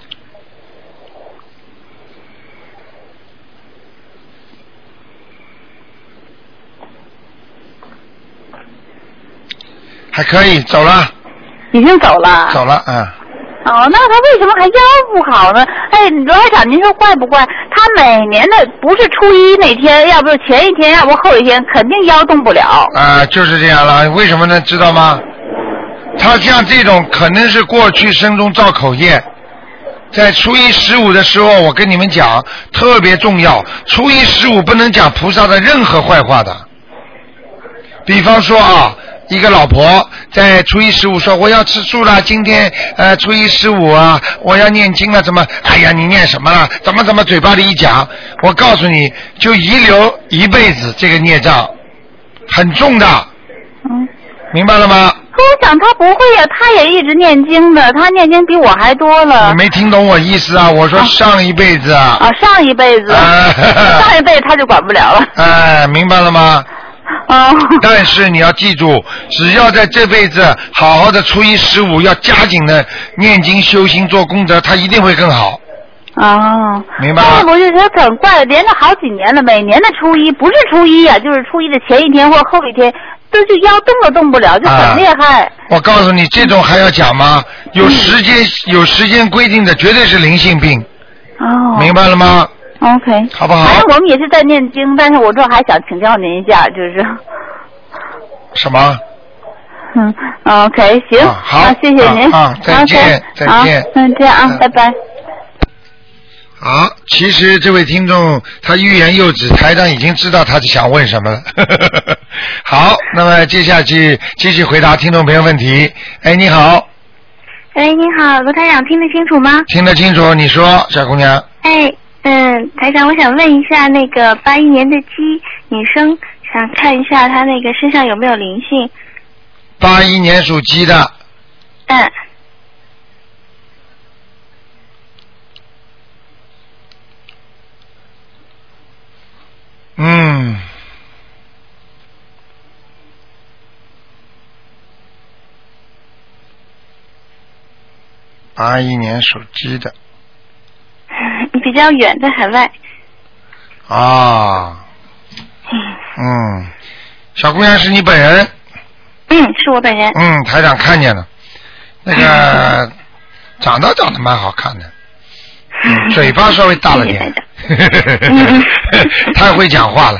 还可以，走了。 已经走了。 走了，嗯。 哦，那他为什么还腰不好呢？哎，罗台长，您说怪不怪？他每年的不是初一那天，要不是前一天，要不后一天，肯定腰动不了。 啊、呃，就是这样了。为什么呢？知道吗？他像这种可能是过去生中造口业。 在初一十五的时候，我跟你们讲特别重要，初一十五不能讲菩萨的任何坏话的。比方说啊，一个老婆在初一十五说我要吃素了，今天呃初一十五啊，我要念经了，怎么？哎呀，你念什么了？怎么怎么嘴巴里一讲，我告诉你，就遗留一辈子这个孽障，很重的。 嗯， 明白了吗？ 可我想他不会呀、啊，他也一直念经的，他念经比我还多了。 你没听懂我意思啊？我说上一辈子啊。 啊，上一辈子，啊、上一辈子他就管不了了。 哎，明白了吗？ 啊。 但是你要记住，只要在这辈子好好的初一十五，要加紧的念经修心做功德，他一定会更好。 哦， 明白吗？ 我就觉得很怪，连着好几年了，每年的初一不是初一啊，就是初一的前一天或后一天，都就腰动都动不了，就很厉害。啊、 我告诉你，这种还要讲吗？有时间、嗯、有时间规定的，绝对是灵性病。 哦， 明白了吗 ？OK， 好不好？ 反正我们也是在念经，但是我这还想请教您一下，就是什么？ 嗯 ，OK， 行， 啊、好， 谢谢您， 啊，啊再见， okay, 再见， 嗯，这样啊，嗯、拜拜。 好，其实这位听众他欲言又止，台长已经知道他想问什么了。好，那么接下去继续回答听众朋友问题。哎，你好。 哎，你好，罗台长，听得清楚吗？ 听得清楚，你说，小姑娘。 哎，嗯，台长，我想问一下，那个八一年的鸡女生，想看一下她那个身上有没有灵性。 八一年属鸡的。 嗯。 嗯，八一年属鸡的， 比较远，在海外。 啊，嗯，小姑娘是你本人？ 嗯，是我本人。 嗯，台长看见了，那个长得长得蛮好看的。嗯、嘴巴稍微大了点，太会讲话了。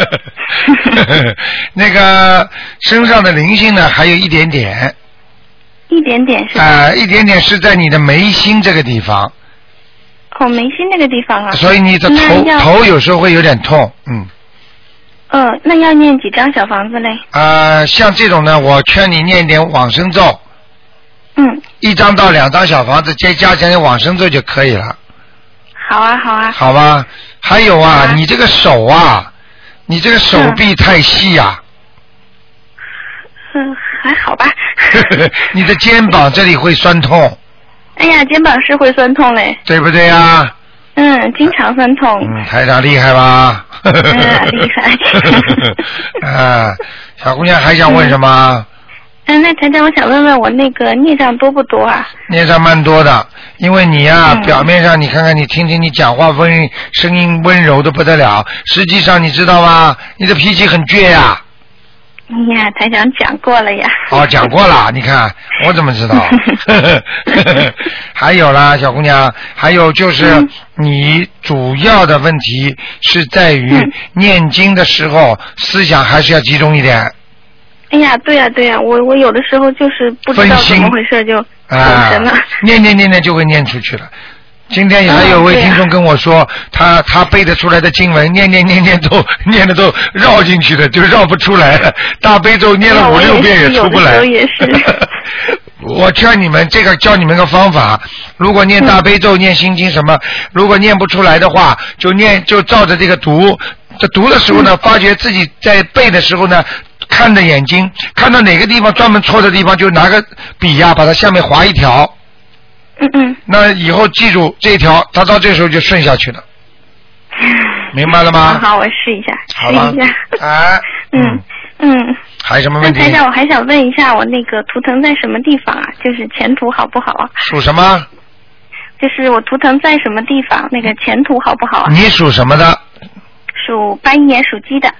那个身上的灵性呢，还有一点点， 一点点是吧？ 啊、呃，一点点是在你的眉心这个地方。 哦，眉心那个地方啊。 所以你的头头有时候会有点痛，嗯。 呃，那要念几张小房子嘞？ 啊、呃，像这种呢，我劝你念点往生咒。 嗯。 一张到两张小房子，再加上点往生咒就可以了。 好啊，好啊。 好吧，还有啊， 啊你这个手啊，你这个手臂太细呀、啊。 嗯，还好吧。 你的肩膀这里会酸痛。 哎呀，肩膀是会酸痛嘞。 对不对呀、啊？ 嗯，经常酸痛。 嗯，台长厉害吧？ 嗯，厉害。 啊，小姑娘还想问什么？ 嗯，那台长，我想问问我那个孽障多不多啊？ 孽障蛮多的，因为你呀、啊嗯， 表面上你看看，你听听你讲话温声音温柔的不得了，实际上你知道吗？你的脾气很倔呀、啊。 哎呀，台长讲过了呀。 哦，讲过了，你看我怎么知道？还有啦，小姑娘，还有就是你主要的问题是在于念经的时候，思想还是要集中一点。 哎呀，对呀、啊、对呀、啊，我我有的时候就是不知道怎么回事就走神了、啊。 念念念念就会念出去了。今天还有位听众跟我说，嗯啊、他他背得出来的经文，念念念念都念的都绕进去了，就绕不出来了。大悲咒念了五六遍也出不来。 也是。 我劝你们，这个教你们个方法，如果念大悲咒、嗯、念心经什么，如果念不出来的话，就念就照着这个读。这读的时候呢，嗯、发觉自己在背的时候呢，看着眼睛，看到哪个地方专门错的地方，就拿个笔呀、啊，把它下面划一条。 嗯嗯。 那以后记住这一条，他到这时候就顺下去了。明白了吗？ 好，好，我试一下， 好吧试一下。 哎。 嗯嗯。 还有什么问题？ 台长，我还想问一下，我那个图腾在什么地方啊？就是前途好不好啊？ 属什么？ 就是我图腾在什么地方？那个前途好不好啊？ 你属什么的？ 属八一年属鸡的。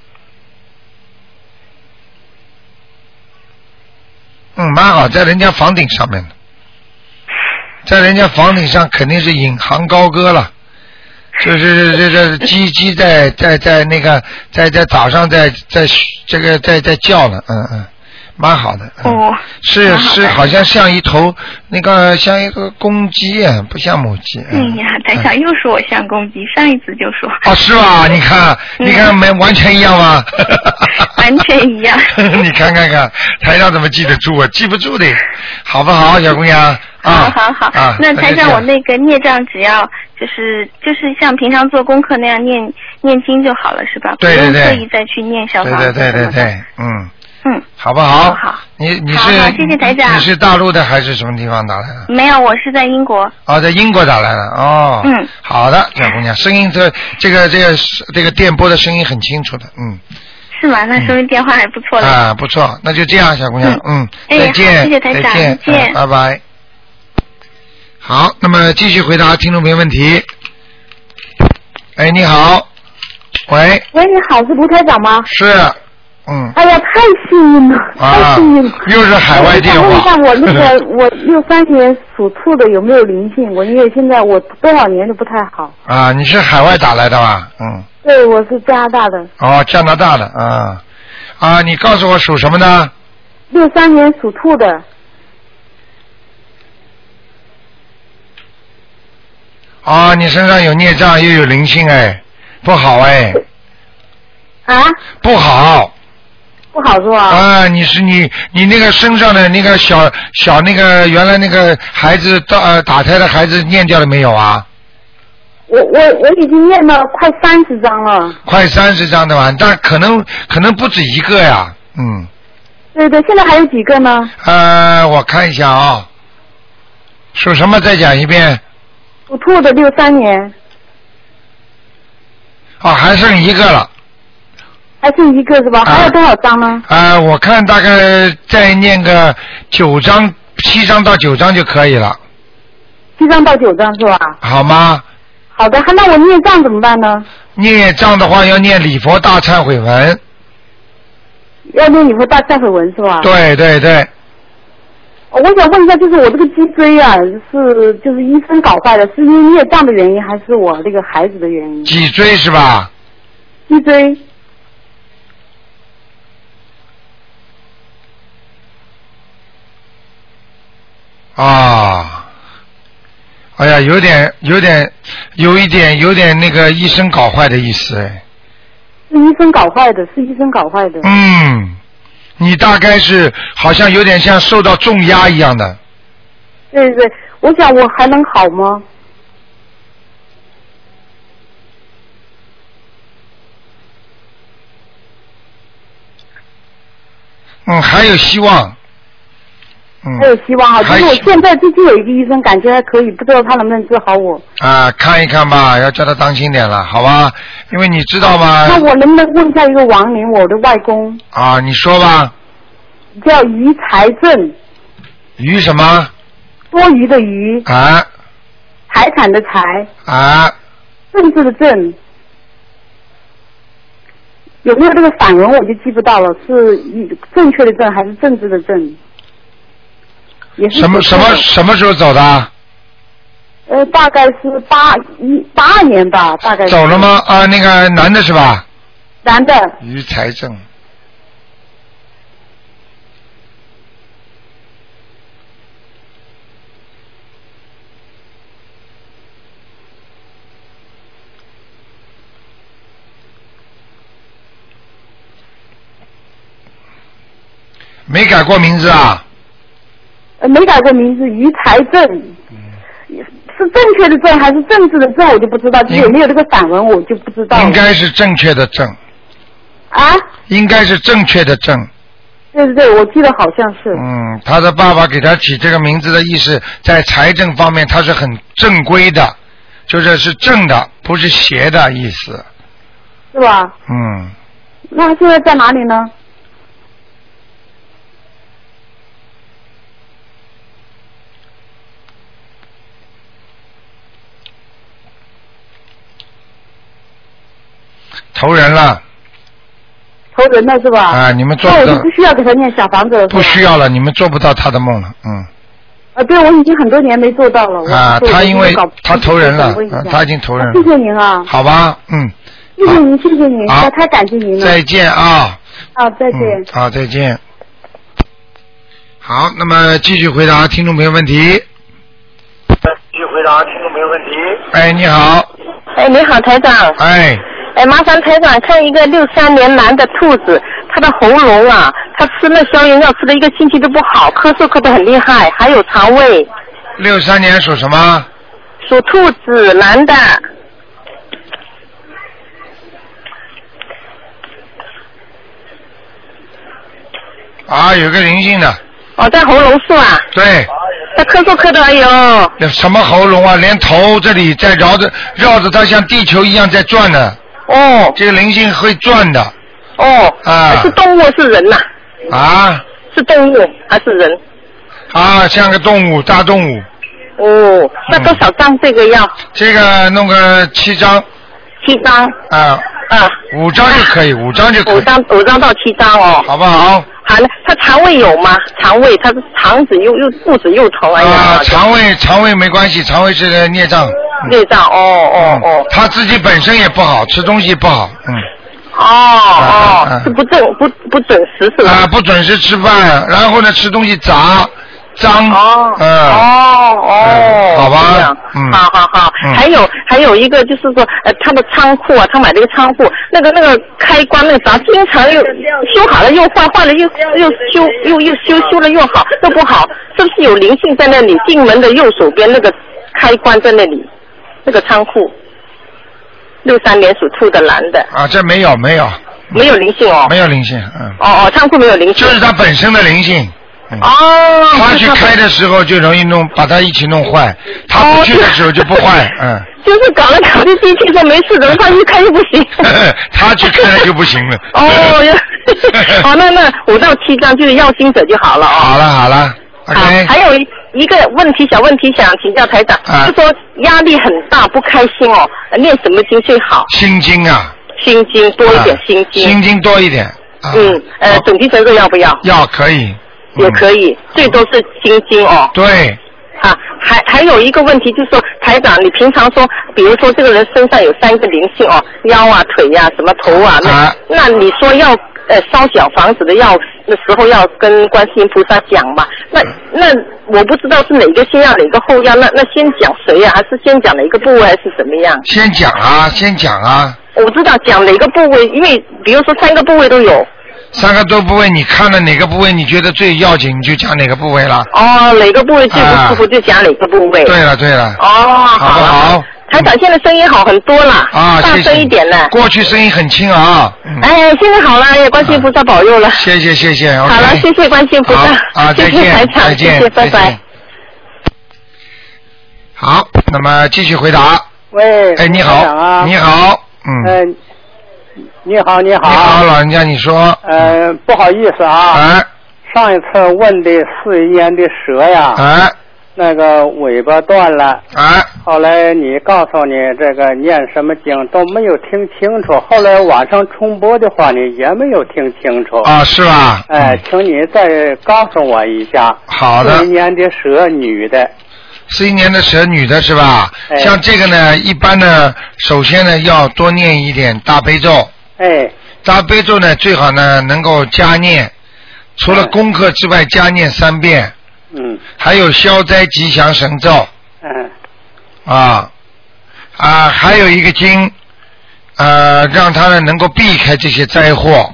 嗯，蛮好，在人家房顶上面的，在人家房顶上肯定是引吭高歌了，就是这这鸡鸡在在在那个在在早上在在这个在在叫呢，嗯嗯， 蛮好的。 哦， 是是，好像像一头那个像一个公鸡啊，不像母鸡。 哎呀，台长又说我像公鸡，上一次就说。 哦，是吧？你看，你看，没完全一样吗？ 完全一样。 你看看看，台长怎么记得住啊？记不住的，好不好，小姑娘？ 好好好，啊、那台长，我那个孽障只要就是就是像平常做功课那样念念经就好了，是吧？ 对对对， 不用特意再去念小房子。 对对对对对，嗯嗯， 好不好？ 好， 你你是好好谢谢台长。 你是大陆的还是什么地方打来的？ 没有，我是在英国。 哦，在英国打来的哦。 嗯， 好的，小姑娘，声音这这个这个这个电波的声音很清楚的，嗯。 是吗？那收音电话还不错的。 啊，不错，那就这样，小姑娘，嗯， 嗯再见， 谢谢台长， 再见， 再见， 拜拜。好，那么继续回答听众朋友问题。哎，你好，喂。 喂，你好，是卢台长吗？ 是，嗯。 哎呀，太幸运了， 啊、 太幸运了。 又是海外电话。 我想问一下，我那个我六三年属兔的有没有灵性？我因为现在我多少年都不太好。 啊，你是海外打来的吧？嗯。 对，我是加拿大的。 哦，加拿大的啊啊！你告诉我属什么呢？ 六三年属兔的。 啊，你身上有孽障又有灵性哎，不好哎。 啊？ 不好。 不好是吧？ 啊，你是你你那个身上的那个小小那个原来那个孩子打呃打胎的孩子念掉了没有啊？ 我我我已经念了快三十张了。 快三十张的吧，但可能可能不止一个呀，嗯。 对对，现在还有几个呢？ 呃，我看一下啊、哦，属什么？再讲一遍。 属兔的，六三年。 哦，还剩一个了。 还剩一个是吧？啊、还有多少张呢？ 啊、呃，我看大概再念个九张，七张到九张就可以了。 七张到九张是吧？ 好吗？ 好的，那我念账怎么办呢？ 念账的话要念礼佛大忏悔文。 要念礼佛大忏悔文是吧？ 对对对。 我想问一下，就是我这个脊椎啊，是就是医生搞坏的，是因为孽障的原因，还是我这个孩子的原因？ 脊椎是吧？ 脊椎。 啊。哎呀，有点，有点，有一点，有点那个医生搞坏的意思哎。 是医生搞坏的，是医生搞坏的。 嗯，你大概是好像有点像受到重压一样的。 对对，我想我还能好吗？ 嗯，还有希望。嗯， 还有希望啊！就是我现在最近有一个医生，感觉还可以，不知道他能不能治好我。 啊，看一看吧，要叫他当心点了，好吧？因为你知道吗？ 那我能不能问一下一个亡灵，我的外公？ 啊，你说吧。 叫于财政。 于什么？ 多余的余。 啊。 财产的财。 啊。 政治的政。有没有这个反文我就记不到了，是正确的正还是政治的政？也是什么什么什么时候走的？ 呃，大概是八一八二年吧，大概。 走了吗？啊，那个男的是吧？ 男的。 于财政。没改过名字啊？ 呃，没改过名字，于财政。嗯。是正确的正还是政治的政，我就不知道。有没有这个反文，我就不知道。 应该是正确的正。 啊？ 应该是正确的正。 对对对，我记得好像是。 嗯，他的爸爸给他起这个名字的意思，在财政方面他是很正规的，就是是正的，不是邪的意思。 是吧？ 嗯。 那他现在在哪里呢？ 投人了。 投人了是吧？ 啊，你们做不到。 那我就不需要给他念小房子了。 不需要了，你们做不到他的梦了，嗯。 啊，对，我已经很多年没做到了。 啊，他因为他投人了，啊、他已经投人了。 谢谢您啊。 好吧，嗯。 谢谢您，谢谢您，太太感谢您了。 再见啊。 啊，再见。 好、嗯，再见。 好，那么继续回答听众朋友问题。继续回答听众朋友问题。哎，你好。 哎，你好，台长。 哎。 哎，麻烦台长看一个六三年男的兔子，他的喉咙啊，他吃那消炎药吃了一个星期都不好，咳嗽咳得很厉害，还有肠胃。 六三年属什么？ 属兔子，男的。 啊，有个灵性的。 哦，在喉咙是吧？ 对。 他咳嗽咳的，哎呦。 什么喉咙啊？连头这里在绕着绕着它，像地球一样在转的。 哦。 这个灵性会转的。 哦。 啊。 是动物是人呐、 啊？啊。 是动物还是人？ 啊，像个动物，大动物。 哦，那多少张这个药？ 嗯、这个弄个七张。 七张。 啊。 啊。 五张就可以，五张就可以。 五张，五张到七张哦。 好不好？ 好的，他肠胃有吗？肠胃，他是肠子又又肚子又疼，哎呀。 啊，肠胃肠胃没关系，肠胃是孽障。 孽障，哦哦哦。 他自己本身也不好，吃东西不好，嗯。 哦哦， 啊、 是不正不不准时是吧？ 啊，不准时吃饭，然后呢吃东西杂。脏哦， 嗯， 哦哦、 嗯，好吧， 嗯，好好好， 嗯、 还有还有一个就是说，呃，他的仓库啊，他买了一个仓库，那个那个开关那个闸经常又修好了又坏，坏了又又修又又修修了又好，都不好，是不是有灵性在那里？进门的右手边那个开关在那里，那个仓库，六三年属兔的男的。 啊，这没有没有。 没有灵性哦。 没有灵性，嗯。 哦哦，仓库没有灵性。 就是他本身的灵性。 嗯、哦， 他去开的时候就容易弄，把它一起弄坏。他不去的时候就不坏，哦、嗯。 就是搞了搞的机器说没事的，他一开就不行。 他去开了就不行了。 哦，哦，那那五到七张就是要经者就好了哦。 好了好了。 好，还有一个问题，小问题想请教台长，啊、就说压力很大，不开心哦，念什么经最好？ 心经啊。 心经多一点，心经。 啊、心经多一点。 啊、嗯，呃，准提神咒要不要？ 要，可以。 也可以，嗯、最多是心经哦。 对。 啊，还还有一个问题就是说，台长，你平常说，比如说这个人身上有三个灵性哦，腰啊、腿呀、啊、什么头啊，那、啊、那你说要呃烧小房子的要那时候要跟观世音菩萨讲嘛？那那我不知道是哪个先要哪个后要，那那先讲谁呀、啊？还是先讲哪一个部位还是怎么样？ 先讲啊，先讲啊。 我知道讲哪个部位，因为比如说三个部位都有。 三个都部位，你看了哪个部位你觉得最要紧，你就讲哪个部位了。 哦，哪个部位最不舒服就讲哪个部位。 啊、对了对了。 哦，好了好。台长现在声音好很多了。啊，大声一点了。 过去声音很轻啊。 嗯、哎，现在好了，也观世音菩萨保佑了。 谢谢谢谢。 好了，谢谢观世音菩萨。 啊， 谢谢台长，谢谢，拜拜。 好，那么继续回答。 喂。 哎，你好。 啊、 你好。嗯。 呃你好，你好。 你好，老人家，你说。 呃，不好意思啊。 哎。 上一次问的四一年的蛇呀。 哎。 那个尾巴断了。 哎。 后来你告诉你这个念什么经都没有听清楚，后来晚上重播的话呢也没有听清楚。 啊，是吧？ 哎、呃，请你再告诉我一下。 好的。 四一年的蛇，女的。 四一年的蛇，女的是吧？ 哎。 像这个呢，一般呢，首先呢要多念一点大悲咒。 哎， 大悲咒呢，最好呢能够加念，除了功课之外，加念三遍。 嗯。 还有消灾吉祥神咒。 嗯。 啊啊，还有一个经，呃，让他呢能够避开这些灾祸。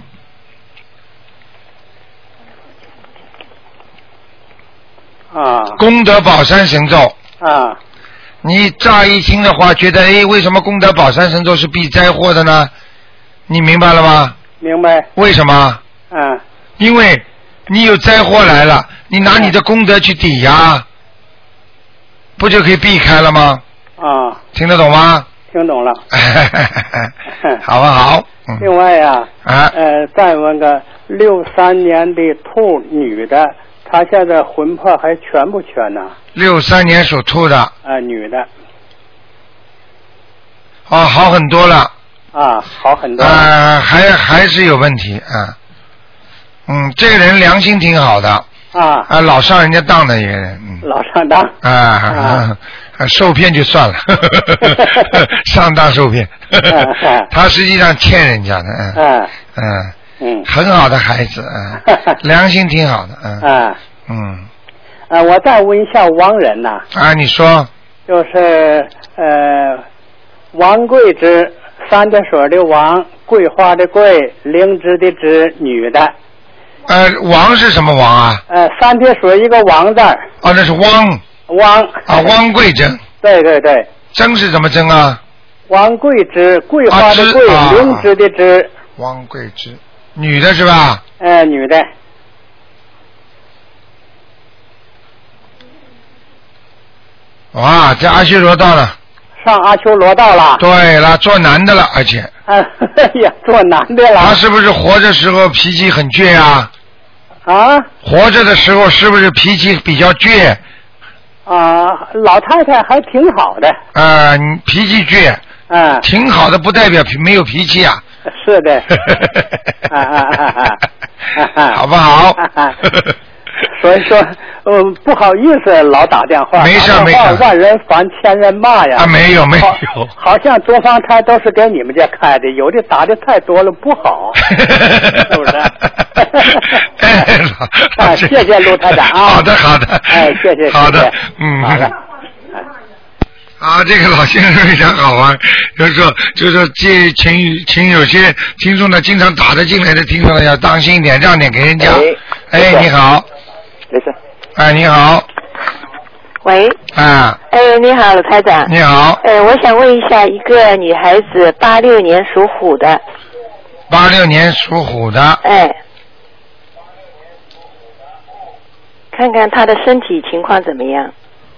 啊。 功德宝山神咒。 啊。 你乍一听的话，觉得哎，为什么功德宝山神咒是避灾祸的呢？你明白了吗？ 明白。 为什么？ 嗯。 因为你有灾祸来了，你拿你的功德去抵呀，不就可以避开了吗？ 啊。 听得懂吗？ 听懂了。 好不好？ 嗯、另外呀、 啊，啊， 呃，再问个六三年的兔女的，她现在魂魄还全不全呢？ 六三年属兔的。 啊、呃，女的。 哦，好很多了。 啊，好很多。 呃，还还是有问题啊。嗯，这个人良心挺好的。 啊。 啊，老上人家当的一个人。嗯。 老上当。 啊。啊啊受骗就算了，上当受骗。他实际上欠人家的。嗯。嗯。嗯。很好的孩子，嗯，良心挺好的，嗯。 啊。 嗯。 呃，我再问一下王人呐、 啊。啊，你说。 就是呃，王桂枝，三点水的王，桂花的桂，灵芝的芝，女的。 呃，王是什么王啊？ 呃，三点水一个王字。 哦，那是汪。 汪。 啊，汪桂珍。 对对对。 珍是怎么珍啊？ 王桂枝，桂花的桂， 啊、 灵芝的芝。 汪桂枝，女的是吧？ 呃，女的。 哇，在阿修罗道了。 上阿修罗道了。 对了，做男的了，而且。 哎呀，做男的了。 他是不是活着时候脾气很倔啊？ 啊？ 活着的时候是不是脾气比较倔？ 啊，老太太还挺好的。 啊，你脾气倔。 嗯。 挺好的，不代表没有脾气啊。 是的。啊啊啊啊啊！ 好不好？ 所以说，嗯，不好意思，老打电话。 没事没事。 万人烦，千人骂呀。 啊，没有没有。 好像东方台都是给你们家开的，有的打的太多了，不好，是不是？啊，谢谢陆台长啊。 好的好的。 哎，谢谢。 好的，嗯。 好的。 啊，这个老先生非常好玩，就是说，就是说，这请请有些听众呢，经常打得进来的听众呢，要当心一点，让点给人家。哎，你好。 没事。 哎，你好。 喂。 啊。 哎，你好，鲁台长。 你好。 哎，我想问一下，一个女孩子，八六年属虎的。 八六年属虎的。 哎。看看她的身体情况怎么样？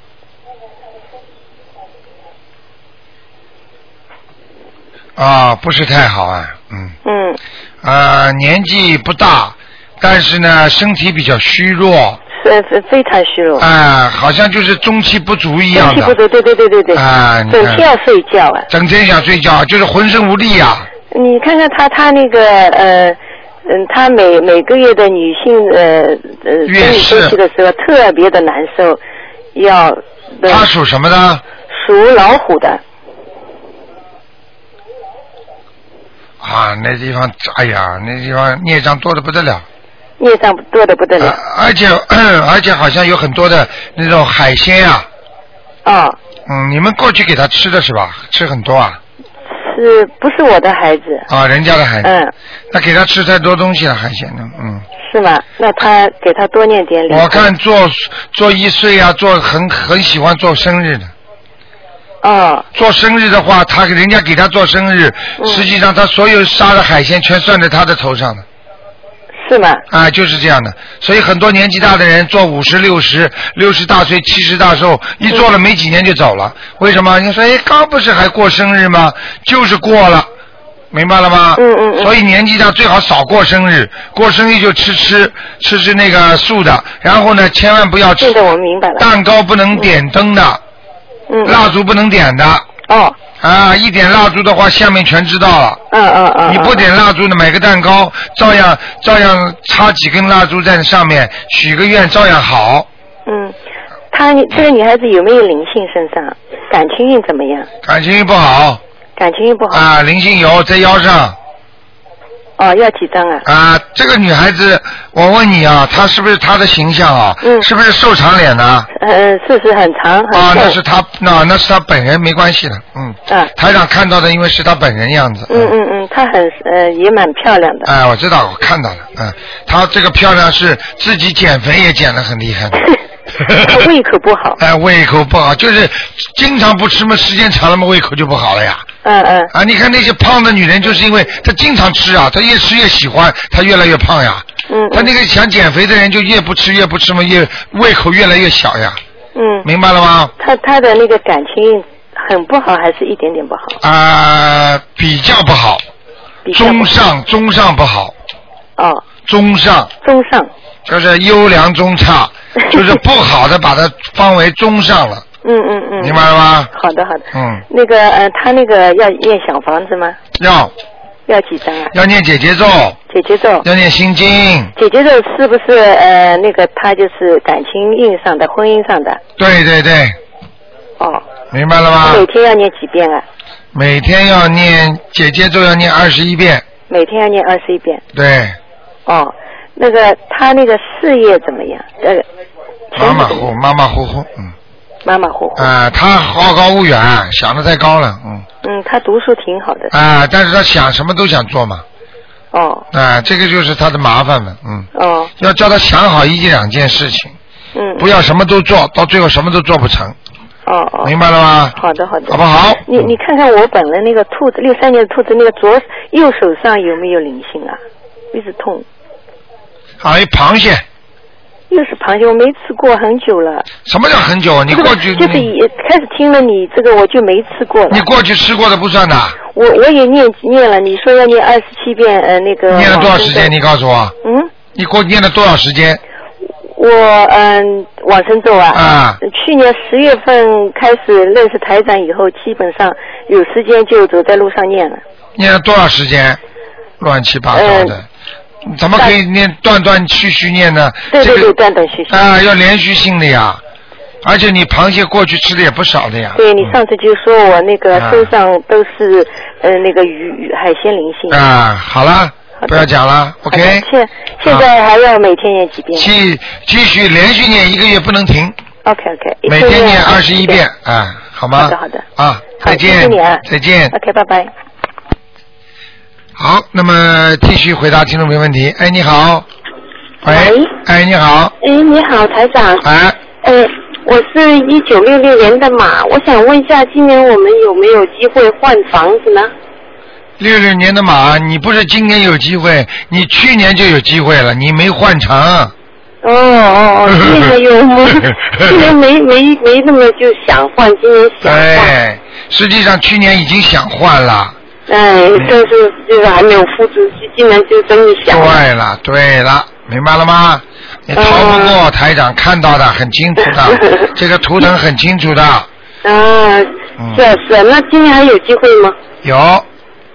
啊，不是太好啊，嗯。 嗯。 啊，年纪不大，但是呢，身体比较虚弱。 是是非常虚弱。 啊，好像就是中气不足一样的。 中气不足，对对对对对。 啊， 整天要睡觉啊。 整天想睡觉，就是浑身无力呀。 你看看他，他那个呃，嗯，他每每个月的女性呃呃生理周期的时候特别的难受，要。 他属什么的？ 属老虎的。 啊，那地方，哎呀，那地方孽障多的不得了。 孽障多的不得了。 啊、而且而且好像有很多的那种海鲜啊。 哦。 嗯，你们过去给他吃的是吧？吃很多啊。 是不是我的孩子？ 啊，人家的孩子。 嗯。 那给他吃太多东西了，海鲜呢，嗯。 是吗？那他给他多念点礼。 我看做做一岁啊，做很很喜欢做生日的。 哦。 做生日的话，他人家给他做生日， 嗯、 实际上他所有杀的海鲜全算在他的头上的。 是吗？ 啊，就是这样的。所以很多年纪大的人做五十、六十、六十大岁、七十大寿，一做了没几年就走了。嗯、为什么？你说，哎，刚不是还过生日吗？就是过了。明白了吗？ 嗯嗯嗯。 所以年纪大最好少过生日，过生日就吃吃吃吃那个素的，然后呢，千万不要吃。 对的，我明白了。 蛋糕不能点灯的。 嗯。 蜡烛不能点的。 哦。 啊，一点蜡烛的话，下面全知道了。 嗯嗯嗯。 你不点蜡烛呢，买个蛋糕，照样照样插几根蜡烛在上面，许个愿照样好。 嗯，她这个女孩子有没有灵性身上？感情运怎么样？ 感情运不好。 感情运不好。 啊，灵性有在腰上。 哦，要几张啊？ 啊，这个女孩子，我问你啊，她是不是她的形象啊？ 嗯。 是不是瘦长脸呢？ 嗯，是是很长很。 啊，那是她，那那是她本人，没关系的，嗯。 啊。 台长看到的，因为是她本人样子。 嗯嗯嗯，她很呃也蛮漂亮的。 哎，我知道，我看到了，嗯，她这个漂亮是自己减肥也减得很厉害的。 她胃口不好。 哎，胃口不好，就是经常不吃嘛，时间长了嘛，胃口就不好了呀。 嗯嗯。 啊，你看那些胖的女人，就是因为她经常吃啊，她越吃越喜欢，她越来越胖呀。 嗯。 她那个想减肥的人，就越不吃越不吃嘛，越胃口越来越小呀。 嗯。 明白了吗？ 她她的那个感情很不好，还是一点点不好？ 啊、呃，比较不好。 比较不好。 中上，中上不好。 哦。 中上。 中上。 就是优良中差，就是不好的把它放为中上了。 嗯嗯嗯。 明白了吗？ 好的好的。 嗯。 那个呃，他那个要念小房子吗？ 要。 要几张啊？ 要念姐姐咒。 姐姐咒。 要念心经。 姐姐咒是不是呃那个他就是感情运上的，婚姻上的？ 对对对。 哦。 明白了吗？ 每天要念几遍啊？ 每天要念姐姐咒要念二十一遍。 每天要念二十一遍。 对。 哦。那个他那个事业怎么样？呃， 马马虎马马虎虎，嗯。 马马虎虎。 啊，他好高骛远，想的太高了，嗯。 嗯，他读书挺好的。 啊，但是他想什么都想做嘛。 哦。 啊，这个就是他的麻烦了，嗯。 哦。 要叫他想好一两件事情。 嗯。 不要什么都做，到最后什么都做不成。 哦哦。 明白了吗？ 好的好的。 好不好？ 你你看看我本来那个兔子，六三年的兔子，那个左右手上有没有灵性啊？一直痛。 好，一螃蟹。 又是螃蟹，我没吃过很久了。 什么叫很久？你过去就是开始听了你这个，我就没吃过了。 你过去吃过的不算的。 我我也念念了，你说要念二十七遍呃那个。 念了多少时间？你告诉我。 嗯。 你过念了多少时间？ 我嗯往生咒啊。 啊。 去年十月份开始认识台长以后，基本上有时间就走在路上念了。 念了多少时间？乱七八糟的。嗯怎么可以念断断续续念呢？ 对对对， 这个、 断断续续啊，要连续性的呀。而且你螃蟹过去吃的也不少的呀。 对，你上次就说我那个身上都是、啊、呃那个鱼海鲜灵性。 啊，好了，不要讲了 ，OK。 现现在还要每天念几遍？ 继继续连续念一个月不能停。 OK OK。 每天念二十一遍，啊，好吗？ 好的好的。 啊，再见。 谢谢你啊。 再见。 OK， 拜拜。 好，那么继续回答听众朋友问题。哎，你好。喂。哎，你好。 哎，你好，台长。 哎。 呃，我是一九六六年的马，我想问一下，今年我们有没有机会换房子呢？ 六六年的马，你不是今年有机会，你去年就有机会了，你没换成。 哦哦哦，去年有吗？去年没没没那么就想换，今年想换。 对，实际上去年已经想换了。 哎，但是就是还没有付出去，今年就真的想。 对了，对了，明白了吗？你逃不过台长看到的很清楚的，这个图腾很清楚的。 啊，是啊是啊，那今年还有机会吗？ 有，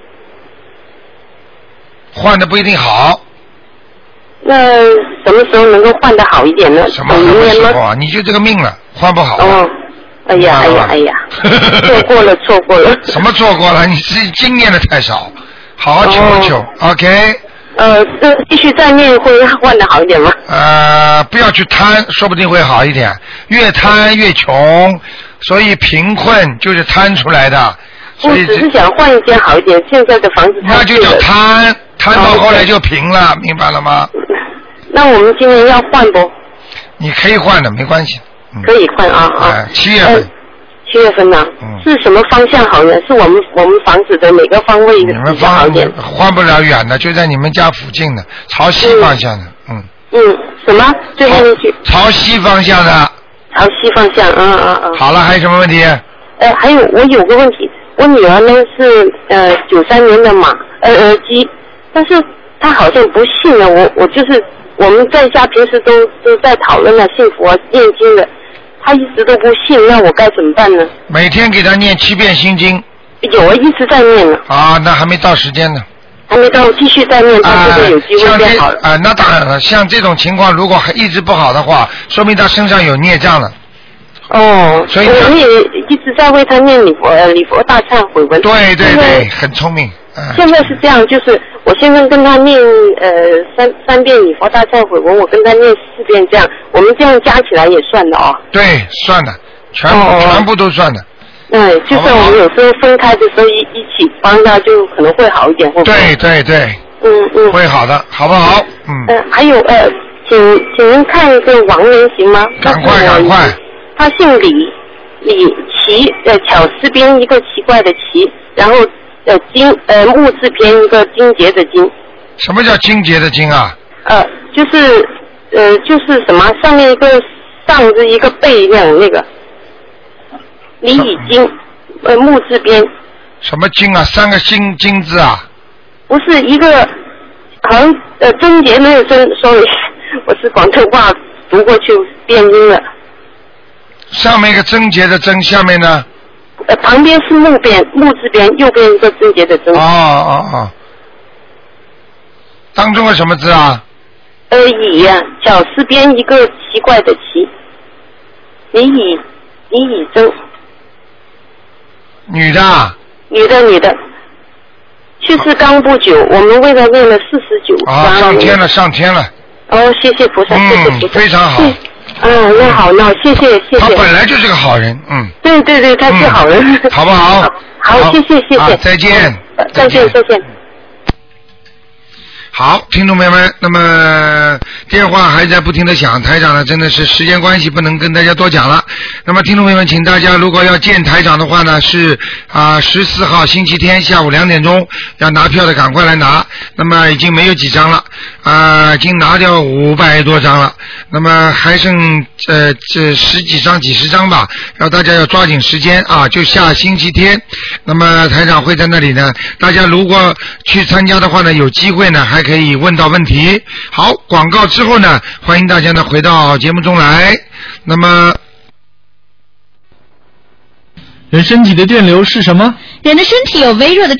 换的不一定好。 那什么时候能够换得好一点呢？ 什么什么时候啊？你就这个命了，换不好。 哦。哎呀哎呀哎呀，错过了错过了。 什么错过了？你是经验的太少，好好求求、哦、，OK。 呃，这继续再念会换得好一点吗？ 呃，不要去贪，说不定会好一点。越贪越穷，所以贫困就是贪出来的。 我只是想换一间好一点，现在的房子那就叫贪，贪到后来就平了，明白了吗？ 那我们今年要换不？ 你可以换的，没关系。 可以换啊啊！ 哎，七月份、呃， 七月份呢、嗯？是什么方向好呢？是我们我们房子的哪个方位比较好一点？ 换不了远的，就在你们家附近的，朝西方向的，嗯。 嗯，什么？最后一句。 朝西方向的。 朝西方向，嗯嗯嗯。 好了，还有什么问题？ 呃，还有我有个问题，我女儿呢是呃九三年的马呃呃鸡，但是她好像不信了，我我就是我们在家平时都都在讨论了信佛念经的。他一直都不信，那我该怎么办呢？ 每天给他念七遍心经。 有啊，一直在念呢。 啊，那还没到时间呢。 还没到，继续再念，他就会有机会变好。 啊，那当然了，像这种情况，如果还一直不好的话，说明他身上有孽障了。 哦， 所以我们也一直在为他念礼佛礼佛大忏悔文。 对对对，很聪明。 现在是这样，就是我现在跟他念呃三三遍礼佛大忏悔文，我跟他念四遍，这样我们这样加起来也算的哦。 对，算的，全部、哦、全部都算的。 嗯，就算我们有时候分开的时候一一起帮他，就可能会好一点，会不会？ 对对对。 嗯嗯。 会好的，好不好？嗯。 呃，还有呃，请请您看一个亡人行吗？ 赶快赶快。 他姓李，李奇，呃，巧思边一个奇怪的奇，然后。呃，金呃木字边一个金节的金。 什么叫金节的金啊？ 呃，就是呃就是什么上面一个上字一个贝那样那个。李以金，呃木字边。 什么金啊？三个金金字啊？ 不是一个，好像呃贞节没有贞 ，sorry， 我是广州话读过去变音了。 上面一个贞节的贞，下面呢？ 呃，旁边是木边，木字边，右边一个贞节的贞。 哦哦哦。当中的什么字啊？ 呃，乙呀、啊，绞丝边一个奇怪的奇。李乙，李乙贞。 女的。 女的，女的。去世刚不久，我们为他念了四十九章。 啊，上天了，上天了。 哦，谢谢菩萨，谢谢菩萨。 嗯，非常好。 嗯，那好，那谢谢谢谢。 他本来就是个好人，嗯。 对对对，他是好人。 嗯、好不好？ 好，好谢谢谢谢、 啊。再见。 再见再见。 好，听众朋友们，那么电话还在不停的响，台长呢真的是时间关系不能跟大家多讲了。那么听众朋友们，请大家如果要见台长的话呢，是啊十四号星期天下午两点钟要拿票的赶快来拿。那么已经没有几张了，啊已经拿掉五百多张了，那么还剩呃这十几张几十张吧，让大家要抓紧时间啊，就下星期天。那么台长会在那里呢，大家如果去参加的话呢，有机会呢还可以问到问题。好，广告之后呢，欢迎大家呢回到节目中来。那么人身体的电流是什么？ 人的身体有微弱的